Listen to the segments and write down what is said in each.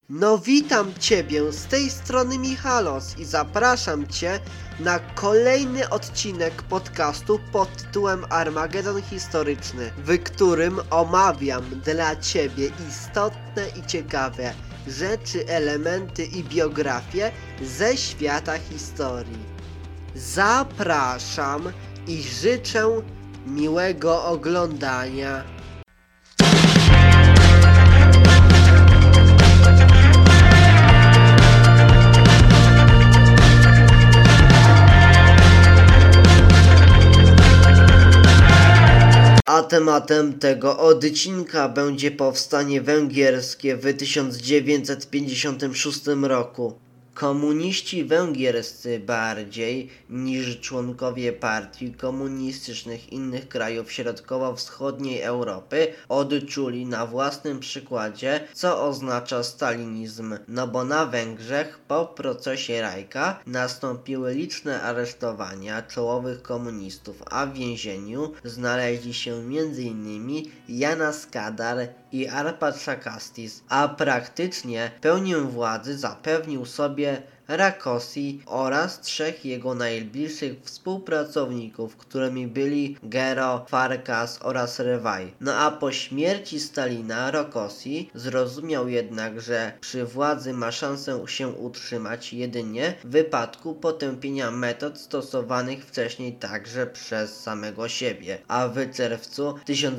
No witam Ciebie, z tej strony Michalos i zapraszam Cię na kolejny odcinek podcastu pod tytułem Armagedon Historyczny, w którym omawiam dla Ciebie istotne i ciekawe rzeczy, elementy i biografie ze świata historii. Zapraszam i życzę miłego oglądania. A tematem tego odcinka będzie powstanie węgierskie w 1956 roku. Komuniści węgierscy bardziej niż członkowie partii komunistycznych innych krajów środkowo-wschodniej Europy odczuli na własnym przykładzie, co oznacza stalinizm. No bo na Węgrzech po procesie Rajka nastąpiły liczne aresztowania czołowych komunistów, a w więzieniu znaleźli się m.in. János Kadar i Árpád Szakastis, a praktycznie pełnię władzy zapewnił sobie Rákosi oraz trzech jego najbliższych współpracowników, którymi byli Gero, Farkas oraz Revai. No a po śmierci Stalina Rákosi zrozumiał jednak, że przy władzy ma szansę się utrzymać jedynie w wypadku potępienia metod stosowanych wcześniej także przez samego siebie. A w czerwcu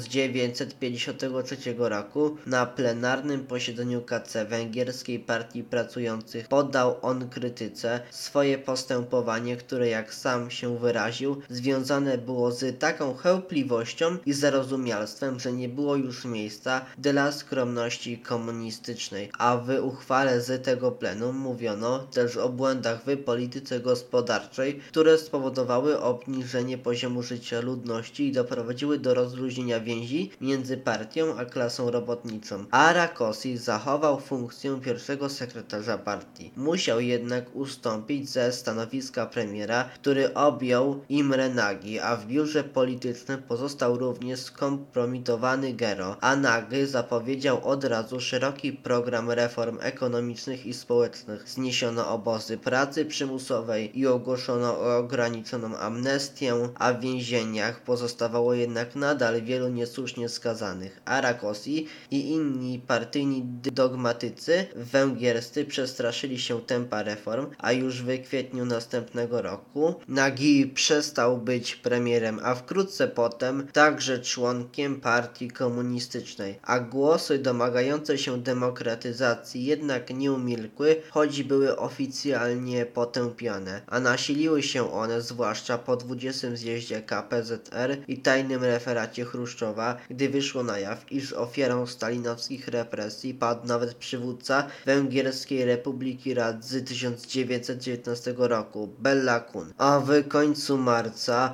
1953 roku na plenarnym posiedzeniu KC Węgierskiej Partii Pracujących poddał on krytyce swoje postępowanie, które jak sam się wyraził, związane było z taką chełpliwością i zarozumialstwem, że nie było już miejsca dla skromności komunistycznej. A w uchwale z tego plenum mówiono też o błędach w polityce gospodarczej, które spowodowały obniżenie poziomu życia ludności i doprowadziły do rozluźnienia więzi między partią a klasą robotniczą. A Rákosi zachował funkcję pierwszego sekretarza partii. Musiał jednak ustąpić ze stanowiska premiera, który objął Imre Nagy, a w biurze politycznym pozostał również skompromitowany Gero, a Nagy zapowiedział od razu szeroki program reform ekonomicznych i społecznych. Zniesiono obozy pracy przymusowej i ogłoszono ograniczoną amnestię, a w więzieniach pozostawało jednak nadal wielu niesłusznie skazanych, a Rákosi i inni partyjni dogmatycy węgierscy przestraszyli się tempa reform, a już w kwietniu następnego roku Nagy przestał być premierem, a wkrótce potem także członkiem partii komunistycznej, a głosy domagające się demokratyzacji jednak nie umilkły, choć były oficjalnie potępione, a nasiliły się one zwłaszcza po 20. zjeździe KPZR i tajnym referacie Chruszczowa, gdy wyszło na jaw, iż ofiarą stalinowskich represji padł nawet przywódca Węgierskiej Republiki Rad z 1919 roku, Bela Kun. A w końcu marca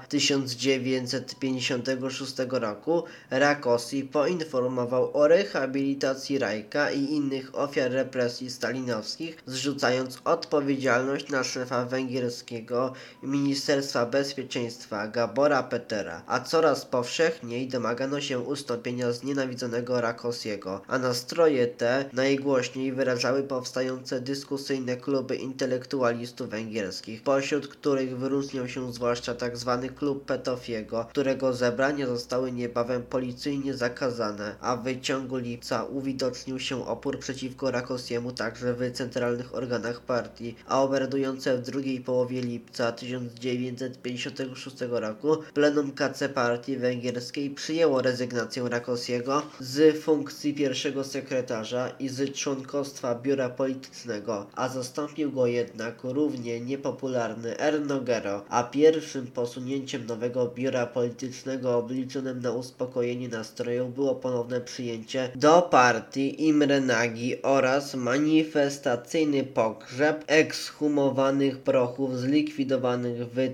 1956 roku Rákosi poinformował o rehabilitacji Rajka i innych ofiar represji stalinowskich, zrzucając odpowiedzialność na szefa węgierskiego Ministerstwa Bezpieczeństwa Gabora Petera, a coraz powszechniej domagano się ustąpienia znienawidzonego Rákosiego, a nastroje te najgłośniej wyrażały powstające dyskusyjne kluby intelektualistów węgierskich, pośród których wyróżniał się zwłaszcza tzw. klub Petofiego, którego zebrania zostały niebawem policyjnie zakazane, a w ciągu lipca uwidocznił się opór przeciwko Rákosiemu także w centralnych organach partii, a obradujące w drugiej połowie lipca 1956 roku plenum KC partii węgierskiej przyjęło rezygnację Rákosiego z funkcji pierwszego sekretarza i z członkostwa biura politycznego, a zastąpił go jednak równie niepopularny Erno Gero, a pierwszym posunięciem nowego biura politycznego obliczonym na uspokojenie nastrojów było ponowne przyjęcie do partii Imre Nagy oraz manifestacyjny pogrzeb ekshumowanych prochów zlikwidowanych w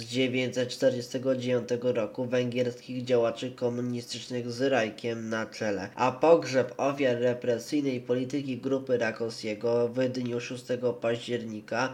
1949 roku węgierskich działaczy komunistycznych z Rajkiem na czele, a pogrzeb ofiar represyjnej polityki grupy Rákosiego w dniu 6 października października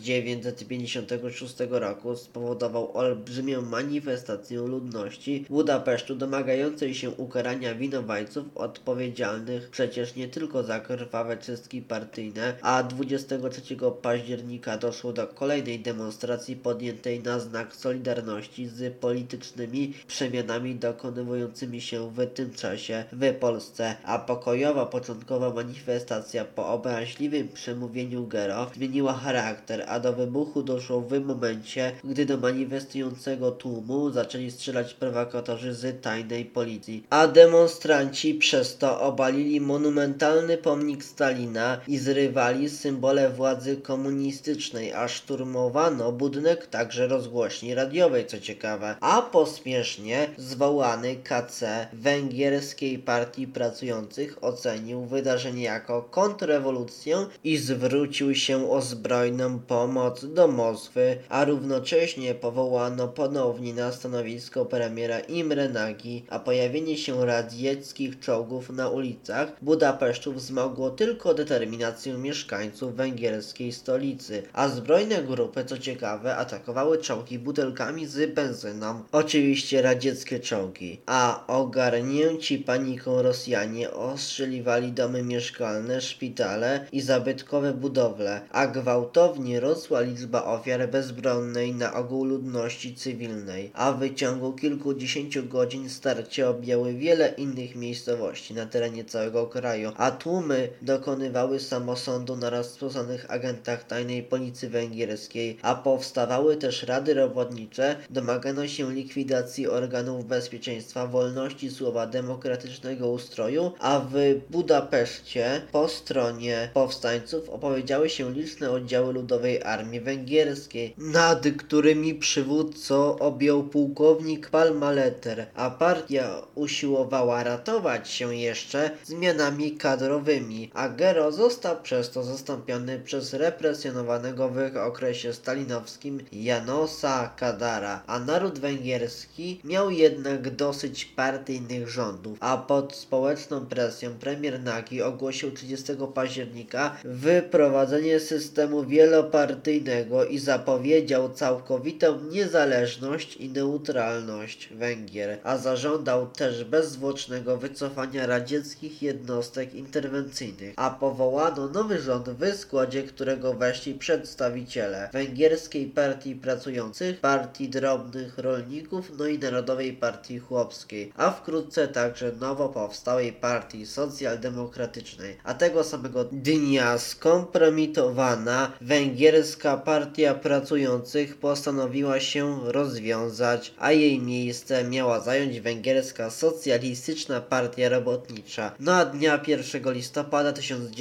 1956 roku spowodował olbrzymią manifestację ludności Budapesztu domagającej się ukarania winowajców odpowiedzialnych przecież nie tylko za krwawe czystki partyjne, a 23 października doszło do kolejnej demonstracji podjętej na znak solidarności z politycznymi przemianami dokonywującymi się w tym czasie w Polsce, a pokojowa początkowa manifestacja po obraźliwym przemówieniu Gero zmieniła charakter, a do wybuchu doszło w momencie, gdy do manifestującego tłumu zaczęli strzelać prowokatorzy z tajnej policji, a demonstranci przez to obalili monumentalny pomnik Stalina i zrywali symbole władzy komunistycznej, a szturmowano budynek także rozgłośni radiowej, co ciekawe, a pospiesznie zwołany KC Węgierskiej Partii Pracujących ocenił wydarzenie jako kontrrewolucję i zwrócił się o zbrojną pomoc do Moskwy, a równocześnie powołano ponownie na stanowisko premiera Imre Nagy, a pojawienie się radzieckich czołgów na ulicach Budapesztu wzmogło tylko determinację mieszkańców węgierskiej stolicy, a zbrojne grupy, co ciekawe, atakowały czołgi butelkami z benzyną, oczywiście radzieckie czołgi, a ogarnięci paniką Rosjanie ostrzeliwali domy mieszkalne, szpitale i zabytkowe budowle, a gwałtownie rosła liczba ofiar bezbronnej na ogół ludności cywilnej, a w ciągu kilkudziesięciu godzin starcie objęły wiele innych miejscowości na terenie całego kraju, a tłumy dokonywały samosądu na rozprosadzonych agentach tajnej policji węgierskiej, a powstawały też rady robotnicze, domagano się likwidacji organów bezpieczeństwa, wolności słowa, demokratycznego ustroju, a w Budapeszcie po stronie powstańców opowiedziały się liczne oddziały Ludowej Armii Węgierskiej, nad którymi przywódcą objął pułkownik Palmaleter, a partia usiłowała ratować się jeszcze zmianami kadrowymi, a Gero został przez to zastąpiony przez represjonowanego w okresie stalinowskim Jánosa Kadara, a naród węgierski miał jednak dosyć partyjnych rządów, a pod społeczną presją premier Nagy ogłosił 30 października wyprowadzenie systemu wielopartyjnego i zapowiedział całkowitą niezależność i neutralność Węgier, a zażądał też bezzwłocznego wycofania radzieckich jednostek interwencyjnych, a powołano nowy rząd, w składzie którego weszli przedstawiciele Węgierskiej Partii Pracujących, Partii Drobnych Rolników, no i Narodowej Partii Chłopskiej, a wkrótce także nowo powstałej Partii Socjaldemokratycznej, a tego samego dnia skompromitowana Węgierska Partia Pracujących postanowiła się rozwiązać, a jej miejsce miała zająć Węgierska Socjalistyczna Partia Robotnicza. No a dnia 1 listopada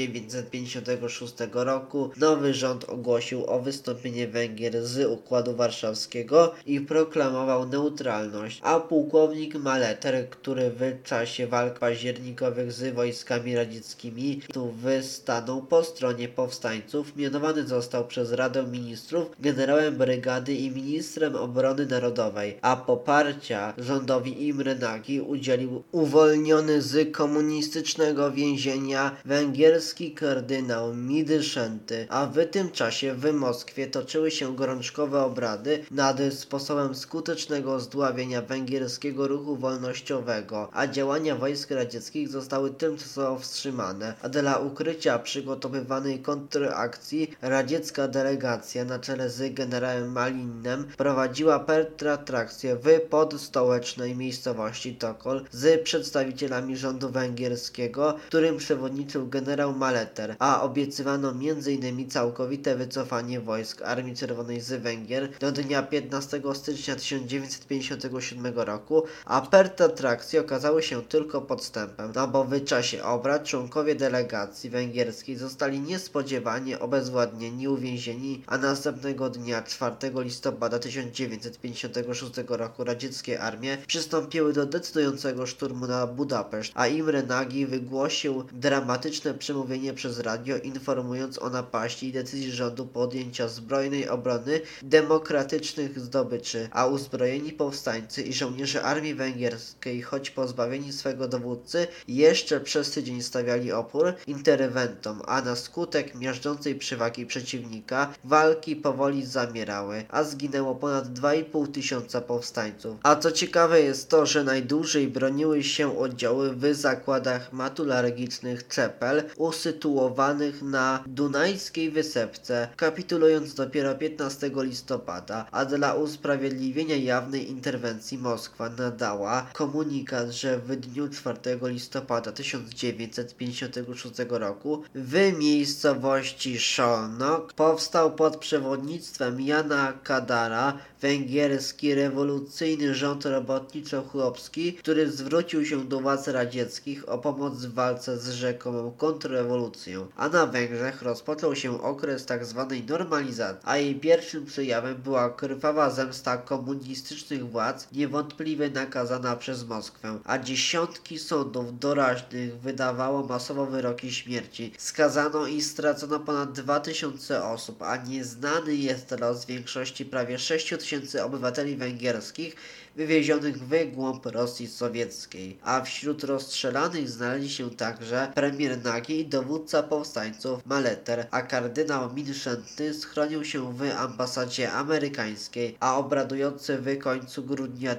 1956 roku nowy rząd ogłosił o wystąpienie Węgier z Układu Warszawskiego i proklamował neutralność, a pułkownik Maleter, który w czasie walk październikowych z wojskami radzieckimi tu wystanął po stronie powstańców, mianowany został przez Radę Ministrów generałem brygady i ministrem obrony narodowej, a poparcia rządowi Imre Nagy udzielił uwolniony z komunistycznego więzienia węgierski kardynał Midyszenty, a w tym czasie w Moskwie toczyły się gorączkowe obrady nad sposobem skutecznego zdławienia węgierskiego ruchu wolnościowego, a działania wojsk radzieckich zostały tymczasowo wstrzymane, a dla ukrycia przygotowywanej kontrakcji radziecka delegacja na czele z generałem Malinem prowadziła pertratrakcję w podstołecznej miejscowości Tokol z przedstawicielami rządu węgierskiego, którym przewodniczył generał Maleter, a obiecywano m.in. całkowite wycofanie wojsk Armii Czerwonej z Węgier do dnia 15 stycznia 1957 roku, a pertratrakcje okazały się tylko podstępem, no bo w czasie obrad członkowie delegacji węgierskiej zostali niespodziewanie obezwładnieni, uwięzieni, a następnego dnia 4 listopada 1956 roku radzieckie armie przystąpiły do decydującego szturmu na Budapeszt, a Imre Nagy wygłosił dramatyczne przemówienie przez radio, informując o napaści i decyzji rządu podjęcia zbrojnej obrony demokratycznych zdobyczy, a uzbrojeni powstańcy i żołnierze armii węgierskiej, choć pozbawieni swego dowódcy, jeszcze przez tydzień stawiali opór interwentom, a na skutek miażdżącej znaczącej przewagi przeciwnika, walki powoli zamierały, a zginęło ponad 2,5 tysiąca powstańców. A co ciekawe jest to, że najdłużej broniły się oddziały w zakładach matulargicznych Czepel, usytuowanych na dunajskiej wysepce, kapitulując dopiero 15 listopada, a dla usprawiedliwienia jawnej interwencji Moskwa nadała komunikat, że w dniu 4 listopada 1956 roku w miejscowości Szolnok powstał pod przewodnictwem Jana Kadara węgierski rewolucyjny rząd robotniczo-chłopski, który zwrócił się do władz radzieckich o pomoc w walce z rzekomą kontrrewolucją, a na Węgrzech rozpoczął się okres tzw. normalizacji, a jej pierwszym przejawem była krwawa zemsta komunistycznych władz, niewątpliwie nakazana przez Moskwę, a dziesiątki sądów doraźnych wydawało masowo wyroki śmierci. Skazano i stracono ponad 2000 osób, a nieznany jest los większości prawie 6000 obywateli węgierskich wywiezionych w głąb Rosji sowieckiej, a wśród rozstrzelanych znaleźli się także premier Nagy i dowódca powstańców Maleter, a kardynał Minszentny schronił się w ambasadzie amerykańskiej, a obradujący w końcu grudnia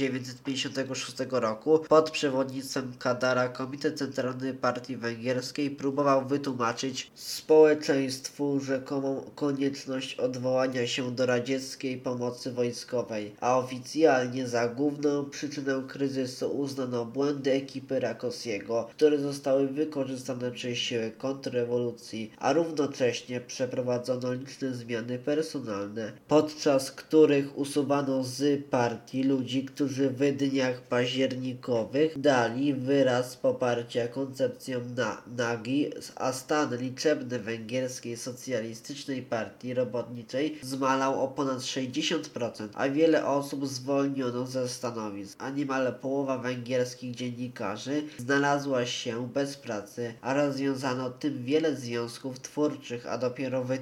1956 roku pod przewodnictwem Kadara Komitet Centralny Partii Węgierskiej próbował wytłumaczyć społeczeństwu rzekomą konieczność odwołania się do radzieckiej pomocy wojskowej, a oficjalnie za główną przyczynę kryzysu uznano błędy ekipy Rakosiego, które zostały wykorzystane przez siły kontrrewolucji, a równocześnie przeprowadzono liczne zmiany personalne, podczas których usuwano z partii ludzi, którzy w dniach październikowych dali wyraz poparcia koncepcjom Nagy, a stan liczebny węgierskiej socjalistycznej partii robotniczej zmalał o ponad 60%, a wiele osób zwolniono ze stanowisk, a niemal połowa węgierskich dziennikarzy znalazła się bez pracy, a rozwiązano tym wiele związków twórczych, a dopiero w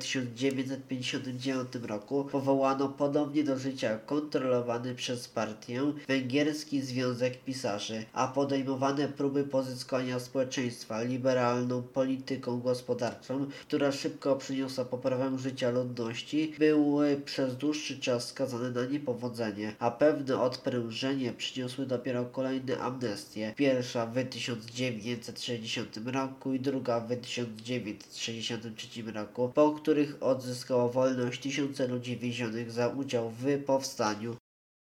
1959 roku powołano ponownie do życia kontrolowany przez partię Węgierski Związek Pisarzy, a podejmowane próby pozyskania społeczeństwa liberalną polityką gospodarczą, która szybko przyniosła poprawę życia ludności, były przez dłuższy czas skazane na niepowodzenie, a pewne odprężenie przyniosły dopiero kolejne amnestie. Pierwsza w 1960 roku i druga w 1963 roku, po których odzyskało wolność tysiące ludzi więzionych za udział w powstaniu.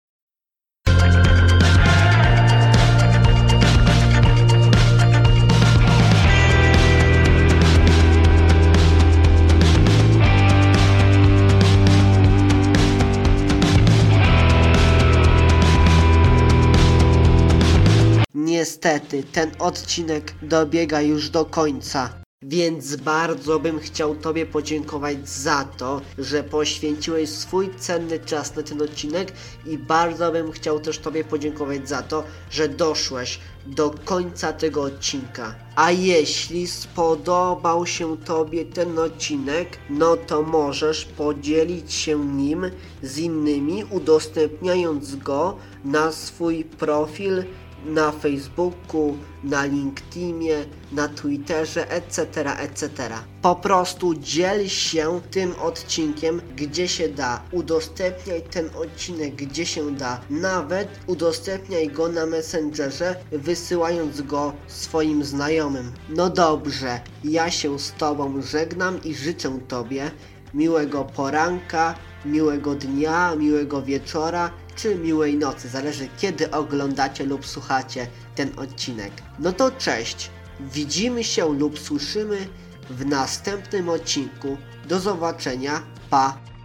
Niestety, ten odcinek dobiega już do końca. Więc bardzo bym chciał Tobie podziękować za to, że poświęciłeś swój cenny czas na ten odcinek i bardzo bym chciał też Tobie podziękować za to, że doszłeś do końca tego odcinka. A jeśli spodobał się Tobie ten odcinek, no to możesz podzielić się nim z innymi, udostępniając go na swój profil na Facebooku, na LinkedInie, na Twitterze, etc., etc. Po prostu dziel się tym odcinkiem, gdzie się da. Udostępniaj ten odcinek, gdzie się da. Nawet udostępniaj go na Messengerze, wysyłając go swoim znajomym. No dobrze, ja się z Tobą żegnam i życzę Tobie miłego poranka, miłego dnia, miłego wieczora, czy miłej nocy, zależy kiedy oglądacie lub słuchacie ten odcinek. No to cześć, widzimy się lub słyszymy w następnym odcinku. Do zobaczenia, pa!